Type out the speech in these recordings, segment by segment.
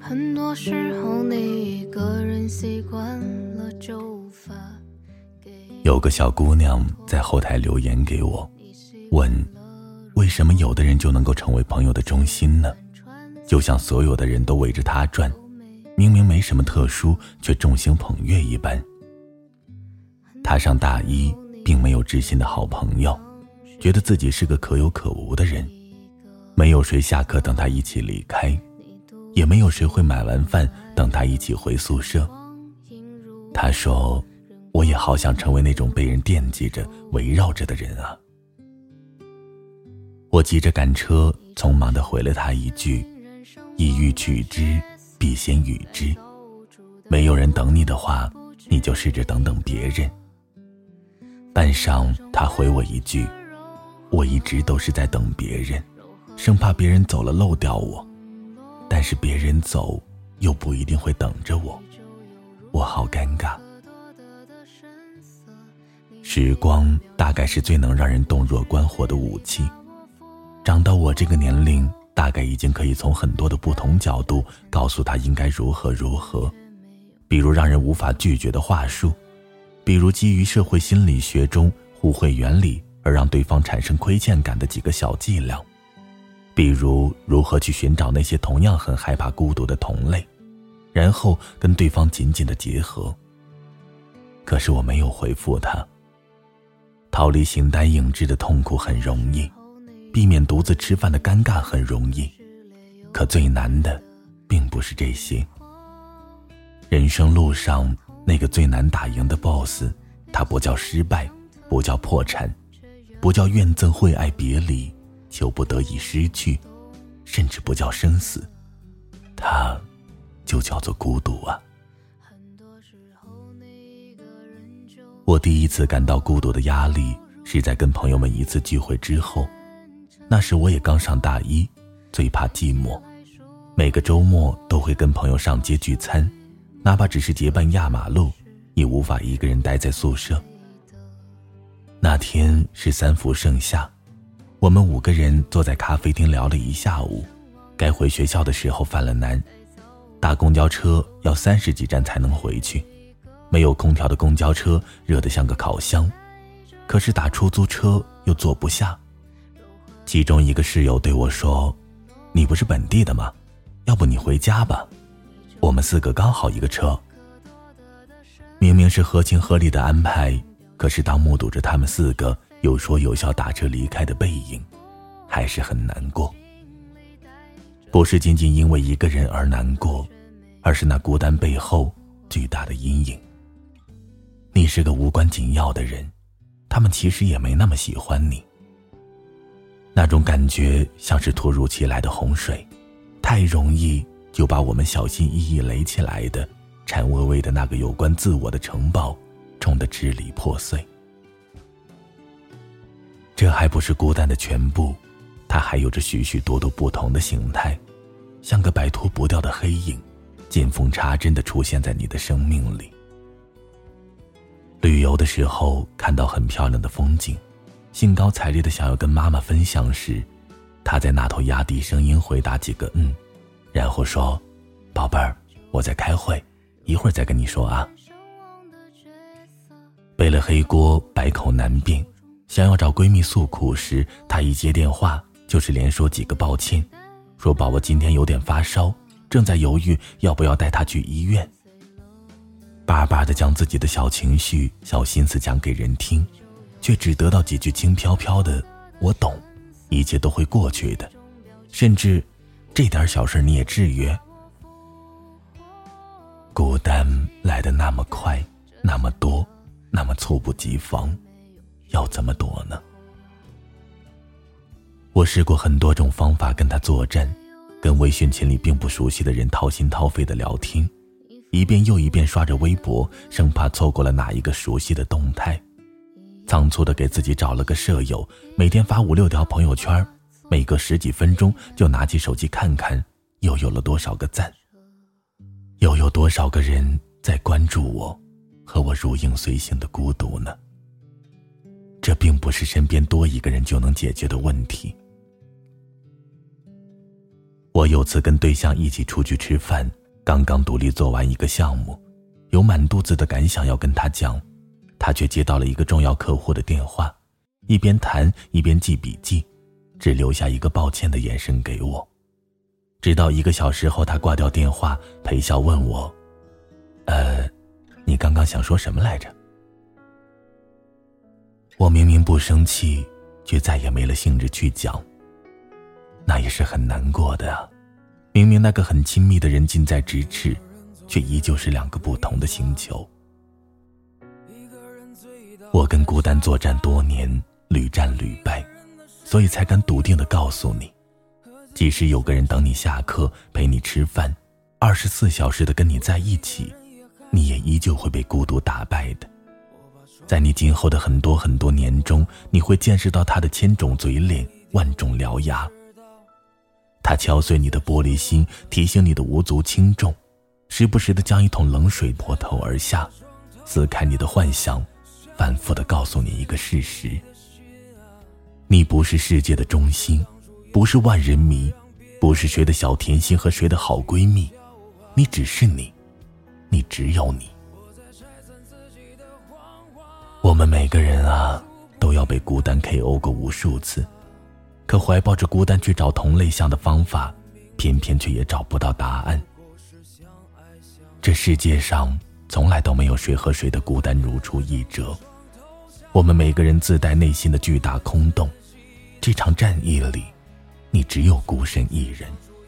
很多时候你一个人习惯了就无法。 有个小姑娘在后台留言给我，问为什么有的人就能够成为朋友的中心呢？就像所有的人都围着她转，明明没什么特殊，却众星捧月一般。她上大一，并没有知心的好朋友，觉得自己是个可有可无的人，没有谁下课等她一起离开，也没有谁会买完饭等她一起回宿舍。她说，我也好想成为那种被人惦记着围绕着的人啊。我急着赶车，匆忙地回了她一句，意欲取之，必先予之。没有人等你的话，你就试着等等别人。半晌，她回我一句，我一直都是在等别人，生怕别人走了漏掉我，但是别人走又不一定会等着我，我好尴尬。时光大概是最能让人洞若观火的武器，长到我这个年龄，大概已经可以从很多的不同角度告诉他应该如何如何，比如让人无法拒绝的话术，比如基于社会心理学中互惠原理而让对方产生亏欠感的几个小伎俩，比如如何去寻找那些同样很害怕孤独的同类，然后跟对方紧紧的结合。可是我没有回复他。逃离形单影只的痛苦很容易，避免独自吃饭的尴尬很容易，可最难的并不是这些。人生路上那个最难打赢的 BOSS， 它不叫失败，不叫破产，不叫怨憎会爱别离，求不得已失去，甚至不叫生死，它就叫做孤独啊。我第一次感到孤独的压力是在跟朋友们一次聚会之后，那时我也刚上大一，最怕寂寞，每个周末都会跟朋友上街聚餐，哪怕只是结伴压马路，也无法一个人待在宿舍。那天是3伏盛夏，我们5个人坐在咖啡厅聊了一下午，该回学校的时候犯了难，打公交车要30几站才能回去，没有空调的公交车热得像个烤箱，可是打出租车又坐不下。其中一个室友对我说，你不是本地的吗？要不你回家吧，我们4个刚好一个车。明明是合情合理的安排，可是当目睹着他们4个有说有笑打车离开的背影，还是很难过。不是仅仅因为一个人而难过，而是那孤单背后巨大的阴影。你是个无关紧要的人，他们其实也没那么喜欢你。那种感觉像是突如其来的洪水，太容易就把我们小心翼翼垒起来的颤巍巍的那个有关自我的城堡冲得支离破碎。这还不是孤单的全部，它还有着许许多多不同的形态，像个摆脱不掉的黑影，见缝插针地出现在你的生命里。旅游的时候看到很漂亮的风景，兴高采烈地想要跟妈妈分享时，她在那头压低声音回答几个然后说，宝贝儿，我在开会，一会儿再跟你说啊。背了黑锅，百口难辩，想要找闺蜜诉苦时，她一接电话就是连说几个抱歉，说宝宝今天有点发烧，正在犹豫要不要带她去医院。巴巴地将自己的小情绪小心思讲给人听，却只得到几句轻飘飘的我懂，一切都会过去的，甚至这点小事你也制约。孤单来得那么快，那么多，那么猝不及防，要怎么躲呢？我试过很多种方法跟他作战，跟微信群里并不熟悉的人掏心掏肺的聊天，一遍又一遍刷着微博，生怕错过了哪一个熟悉的动态，仓促地给自己找了个舍友，每天发5、6条朋友圈，每隔10几分钟就拿起手机看看又有了多少个赞，又有多少个人在关注我和我如影随形的孤独呢？这并不是身边多一个人就能解决的问题。 我有次跟对象一起出去吃饭，刚刚独立做完一个项目，有满肚子的感想要跟他讲，他却接到了一个重要客户的电话，一边谈一边记笔记，只留下一个抱歉的眼神给我。直到1个小时后，他挂掉电话，陪笑问我：你刚刚想说什么来着？我明明不生气，却再也没了兴致去讲。那也是很难过的啊，明明那个很亲密的人近在咫尺，却依旧是2个不同的星球。我跟孤单作战多年，屡战屡败，所以才敢笃定地告诉你，即使有个人等你下课，陪你吃饭，24小时地跟你在一起，你也依旧会被孤独打败的。在你今后的很多很多年中，你会见识到他的千种嘴脸，万种獠牙。他敲碎你的玻璃心，提醒你的无足轻重，时不时地将一桶冷水泼头而下，撕开你的幻想，反复地告诉你一个事实：你不是世界的中心，不是万人迷，不是谁的小甜心和谁的好闺蜜，你只是你，你只有你。我们每个人啊，都要被孤单 KO 过无数次，可怀抱着孤单去找同类项的方法，偏偏却也找不到答案。这世界上从来都没有谁和谁的孤单如出一辙，我们每个人自带内心的巨大空洞，这场战役里，你只有孤身一人。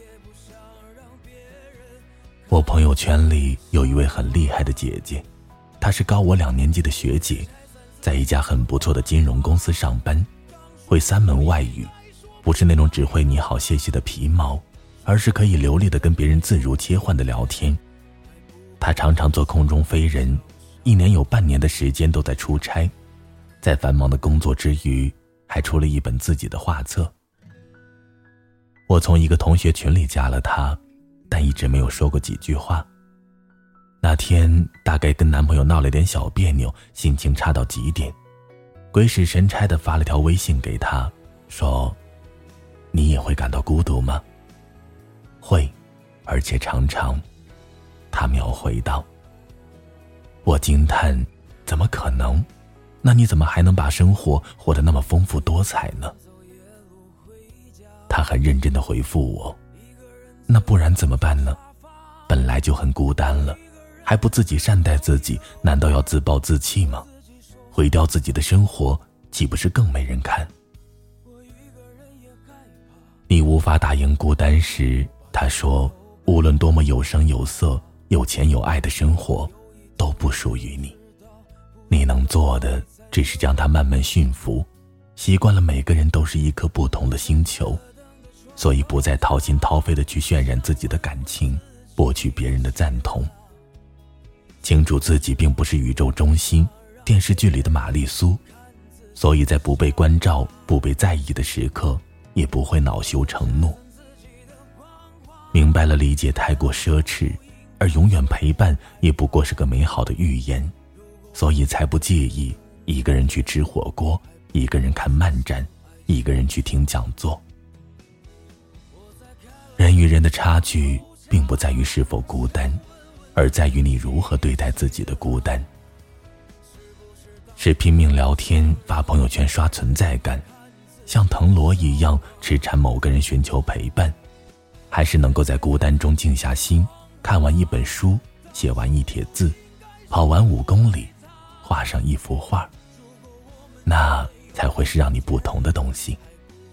我朋友圈里有一位很厉害的姐姐，她是高我2年级的学姐，在一家很不错的金融公司上班，会3门外语，不是那种只会你好谢谢的皮毛，而是可以流利的跟别人自如切换的聊天。她常常做空中飞人，1年有半年的时间都在出差，在繁忙的工作之余，还出了一本自己的画册。我从一个同学群里加了她，但一直没有说过几句话。那天大概跟男朋友闹了点小别扭，心情差到极点，鬼使神差地发了条微信给他，说：你也会感到孤独吗？会，而且常常。他秒回道。我惊叹，怎么可能？那你怎么还能把生活活得那么丰富多彩呢？他很认真地回复我，那不然怎么办呢？本来就很孤单了，还不自己善待自己，难道要自暴自弃吗？毁掉自己的生活，岂不是更没人看？你无法打赢孤单时，他说，无论多么有声有色、有钱有爱的生活，都不属于你。你能做的，只是将它慢慢驯服，习惯了每个人都是一颗不同的星球，所以不再掏心掏肺地去渲染自己的感情，博取别人的赞同。清楚自己并不是宇宙中心，电视剧里的玛丽苏，所以在不被关照、不被在意的时刻，也不会恼羞成怒。明白了理解太过奢侈，而永远陪伴也不过是个美好的预言，所以才不介意一个人去吃火锅，一个人看漫展，一个人去听讲座。人与人的差距并不在于是否孤单，而在于你如何对待自己的孤单。是拼命聊天发朋友圈刷存在感，像藤萝一样痴缠某个人寻求陪伴，还是能够在孤单中静下心，看完一本书，写完一帖字，跑完5公里，画上一幅画，那才会是让你不同的东西。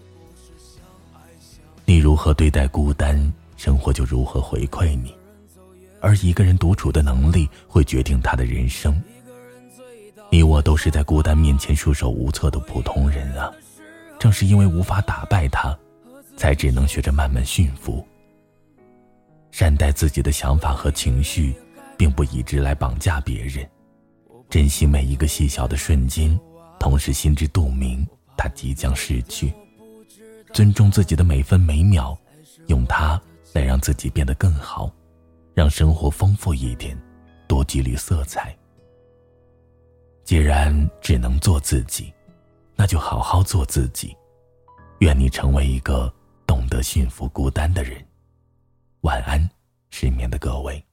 你如何对待孤单，生活就如何回馈你，而一个人独处的能力会决定他的人生。你我都是在孤单面前束手无策的普通人啊，正是因为无法打败他，才只能学着慢慢驯服。善待自己的想法和情绪，并不以之来绑架别人，珍惜每一个细小的瞬间，同时心知肚明它即将逝去，尊重自己的每分每秒，用它来让自己变得更好，让生活丰富一点，多几缕色彩。既然只能做自己，那就好好做自己。愿你成为一个懂得驯服孤单的人。 晚安，失眠的各位。